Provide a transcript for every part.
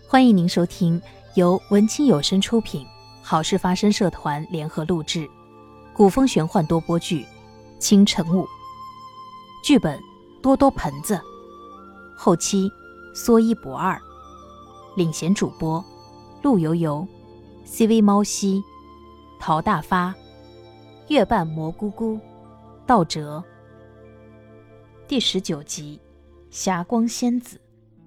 欢迎您收听由文清有声出品，好事发生社团联合录制，古风玄幻多播剧《清晨雾》，剧本多多盆子，后期说一不二，领衔主播陆游游、CV 猫西、陶大发、月半蘑菇菇、道哲。第19集霞光仙子。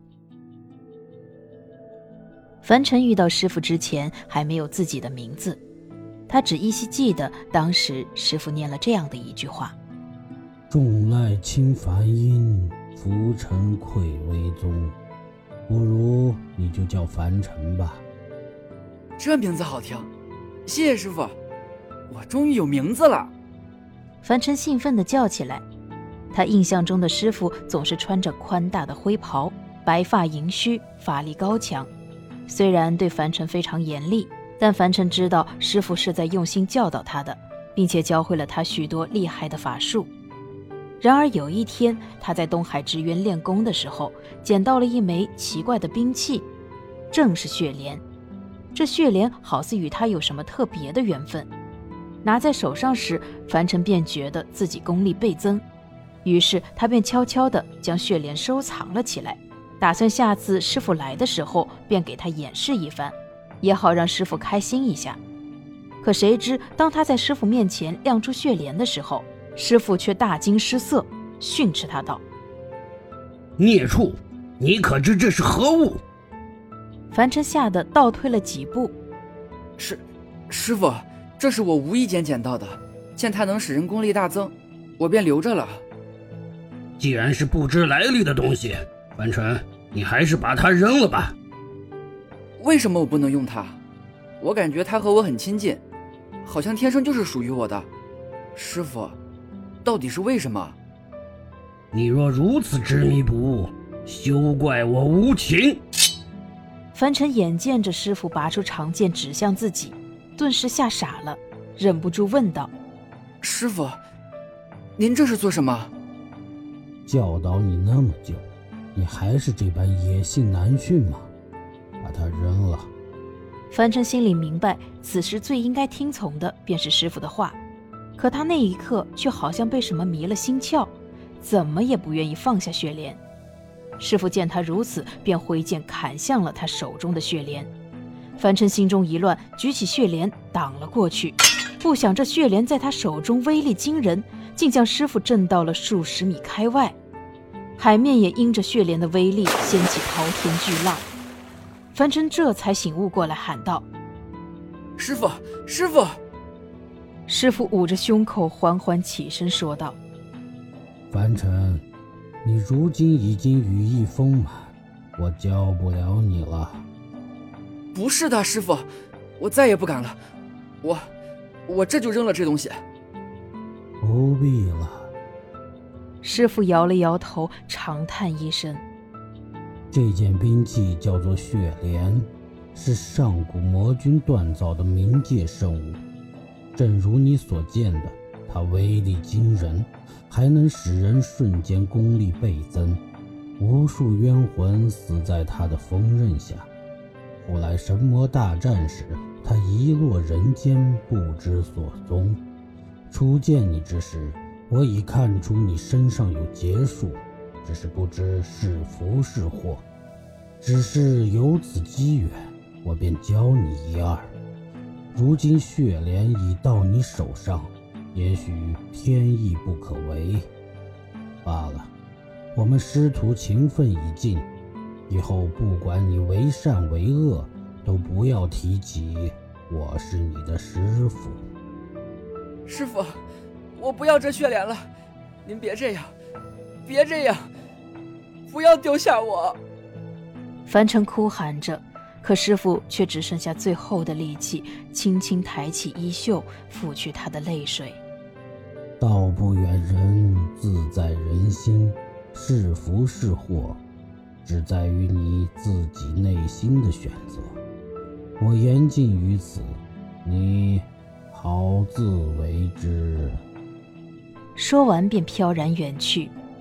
樊晨遇到师傅之前还没有自己的名字，他只依稀记得当时师傅念了这样的一句话： 众赖清凡音，浮尘愧微宗，不如你就叫樊晨吧。 这名字好听，谢谢师傅，我终于有名字了。 樊晨兴奋地叫起来。他印象中的师傅总是穿着宽大的灰袍，白发银须，法力高强。虽然对樊晨非常严厉，但樊晨知道师傅是在用心教导他的，并且教会了他许多厉害的法术。然而有一天，他在东海之渊练功的时候，捡到了一枚奇怪的兵器，正是血莲。这血莲好似与他有什么特别的缘分。拿在手上时，樊晨便觉得自己功力倍增，于是他便悄悄地将血莲收藏了起来，打算下次师傅来的时候便给他演示一番，也好让师傅开心一下。可谁知当他在师傅面前亮出血莲的时候，师傅却大惊失色，训斥他道： 孽畜，你可知这是何物？ 樊晨吓得倒退了几步。 师傅，这是我无意间捡到的，见它能使人功力大增，我便留着了。 既然是不知来历的东西，樊晨，你还是把它扔了吧。 为什么我不能用它？我感觉它和我很亲近，好像天生就是属于我的。师傅，到底是为什么？ 你若如此执迷不悟，休怪我无情。 樊晨眼见着师傅拔出长剑指向自己，顿时吓傻了，忍不住问道： 师傅，您这是做什么？ 教导你那么久，你还是这般野性难驯吗？把它扔了。 樊晨心里明白，此时最应该听从的便是师傅的话，可他那一刻却好像被什么迷了心窍，怎么也不愿意放下血莲。师傅见他如此，便挥剑砍向了他手中的血莲。樊晨心中一乱，举起血莲挡了过去，不想这血莲在他手中威力惊人，竟将师傅震到了数十米开外。海面也因着血莲的威力掀起滔天巨浪。樊晨这才醒悟过来，喊道： 师傅，师傅！ 师傅捂着胸口缓缓起身说道： 樊晨，你如今已经羽翼丰满，我教不了你了。 不是的，师傅，我再也不敢了，我这就扔了这东西。 不必了。 师傅摇了摇头，长叹一声。 这件兵器叫做血莲，是上古魔君锻造的冥界圣物。正如你所见的，它威力惊人，还能使人瞬间功力倍增。无数冤魂死在它的锋刃下。后来神魔大战时，它遗落人间，不知所踪。初见你之时，我已看出你身上有劫数，只是不知是福是祸。只是有此机缘，我便教你一二。如今血莲已到你手上，也许天意不可违罢了。我们师徒情分已尽，以后不管你为善为恶，都不要提起我是你的师父。 师父，我不要这血莲了，您别这样，别这样，不要丢下我！ 樊晨哭喊着，可师父却只剩下最后的力气，轻轻抬起衣袖，拂去他的泪水。 道不远人，自在人心，是福是祸，只在于你自己内心的选择。我言尽于此，你好自为之。 说完便飘然远去。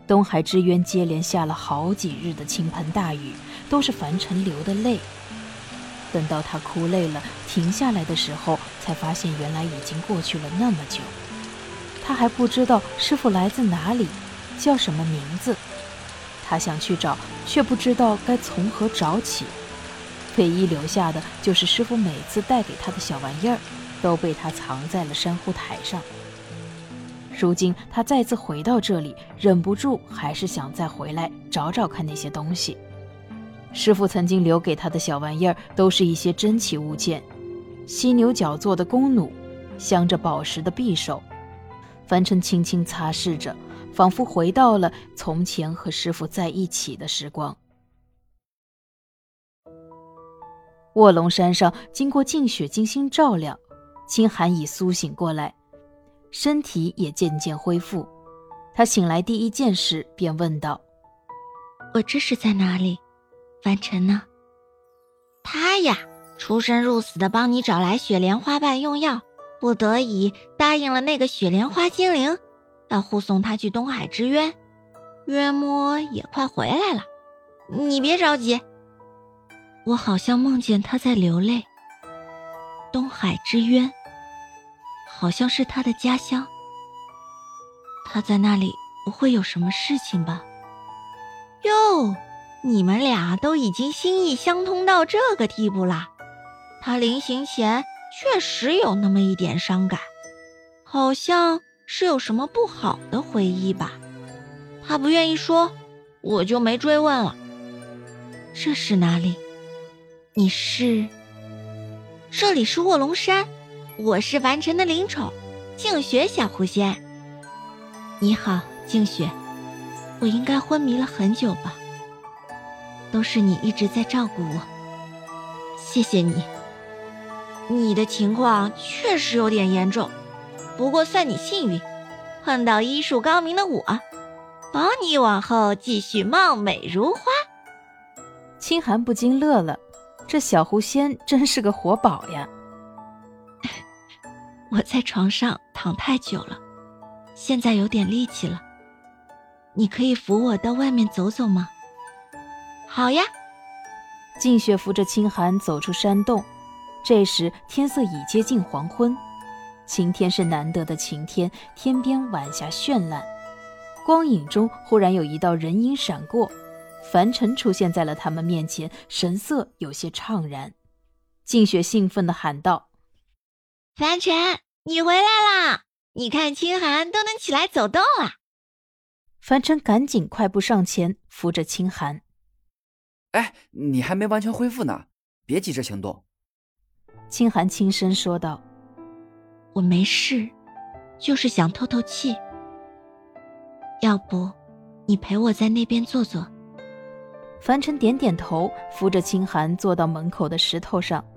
东海之渊接连下了好几日的倾盆大雨，都是凡尘流的泪。等到他哭累了停下来的时候，才发现原来已经过去了那么久。他还不知道师父来自哪里，叫什么名字。他想去找，却不知道该从何找起。唯一留下的就是师父每次带给他的小玩意儿，都被他藏在了珊瑚台上。如今他再次回到这里，忍不住还是想再回来找找看那些东西。师父曾经留给他的小玩意儿都是一些珍奇物件，犀牛角做的弓弩，镶着宝石的匕首。凡尘轻轻擦拭着，仿佛回到了从前和师父在一起的时光。卧龙山上经过静雪精心照料，清寒已苏醒过来，身体也渐渐恢复。他醒来第一件事便问道： 我这是在哪里？凡尘呢？他呀，出生入死的帮你找来雪莲花瓣用药，不得已答应了那个雪莲花精灵，要护送他去东海之渊，约摸也快回来了。你别着急。我好像梦见他在流泪。东海之渊好像是他的家乡，他在那里不会有什么事情吧？哟，你们俩都已经心意相通到这个地步啦。他临行前确实有那么一点伤感，好像是有什么不好的回忆吧。他不愿意说，我就没追问了。这是哪里？你是？这里是卧龙山，我是凡尘的灵宠，静雪小狐仙。你好，静雪，我应该昏迷了很久吧？都是你一直在照顾我，谢谢你。你的情况确实有点严重，不过算你幸运，碰到医术高明的我，保你往后继续貌美如花。 清寒不禁乐了，这小狐仙真是个活宝呀。 我在床上躺太久了，现在有点力气了，你可以扶我到外面走走吗？好呀。 静雪扶着清寒走出山洞，这时天色已接近黄昏，晴天是难得的晴天，天边晚霞绚烂，光影中忽然有一道人影闪过，凡尘出现在了他们面前，神色有些怅然。静雪兴奋地喊道： 凡尘，你回来啦！你看清寒都能起来走动了。 凡尘赶紧快步上前扶着清寒。 哎，你还没完全恢复呢，别急着行动。 清寒轻声说道： 我没事，就是想透透气。要不你陪我在那边坐坐。 凡尘点点头，扶着清寒坐到门口的石头上。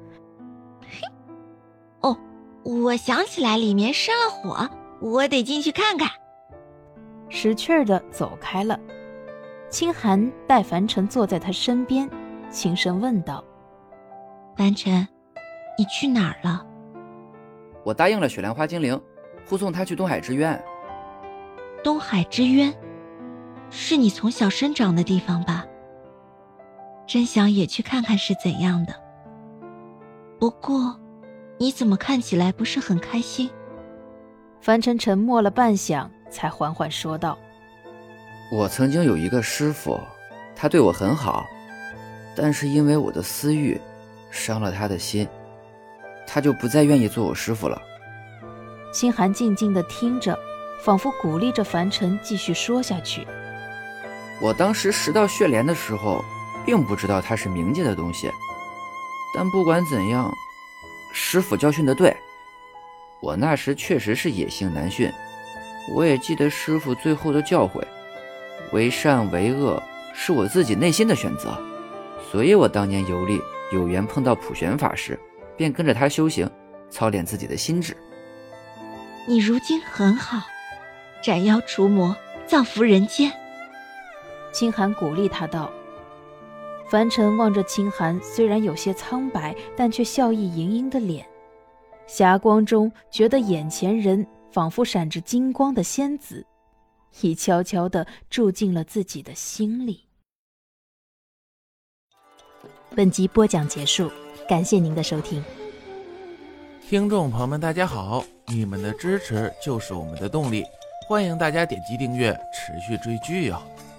哦，我想起来里面生了火，我得进去看看。 识趣儿地走开了。清寒带凡尘坐在他身边，轻声问道： 凡尘，你去哪儿了？ 我答应了雪莲花精灵，护送他去东海之渊。 东海之渊是你从小生长的地方吧？真想也去看看是怎样的。不过你怎么看起来不是很开心？ 凡尘沉默了半晌，才缓缓说道： 我曾经有一个师傅，他对我很好，但是因为我的私欲伤了他的心，他就不再愿意做我师傅了。 清寒静静地听着，仿佛鼓励着凡尘继续说下去。 我当时拾到血莲的时候，并不知道它是冥界的东西，但不管怎样，师傅教训得对，我那时确实是野性难驯。我也记得师傅最后的教诲，为善为恶是我自己内心的选择，所以我当年游历有缘碰到普玄法师，便跟着他修行，操练自己的心智。 你如今很好，斩妖除魔，造福人间。 清寒鼓励他道。凡尘望着清寒虽然有些苍白，但却笑意盈盈的脸，霞光中觉得眼前人仿佛闪着金光的仙子， 已悄悄地住进了自己的心里。本集播讲结束，感谢您的收听。 听众朋友们大家好，你们的支持就是我们的动力，欢迎大家点击订阅持续追剧哟。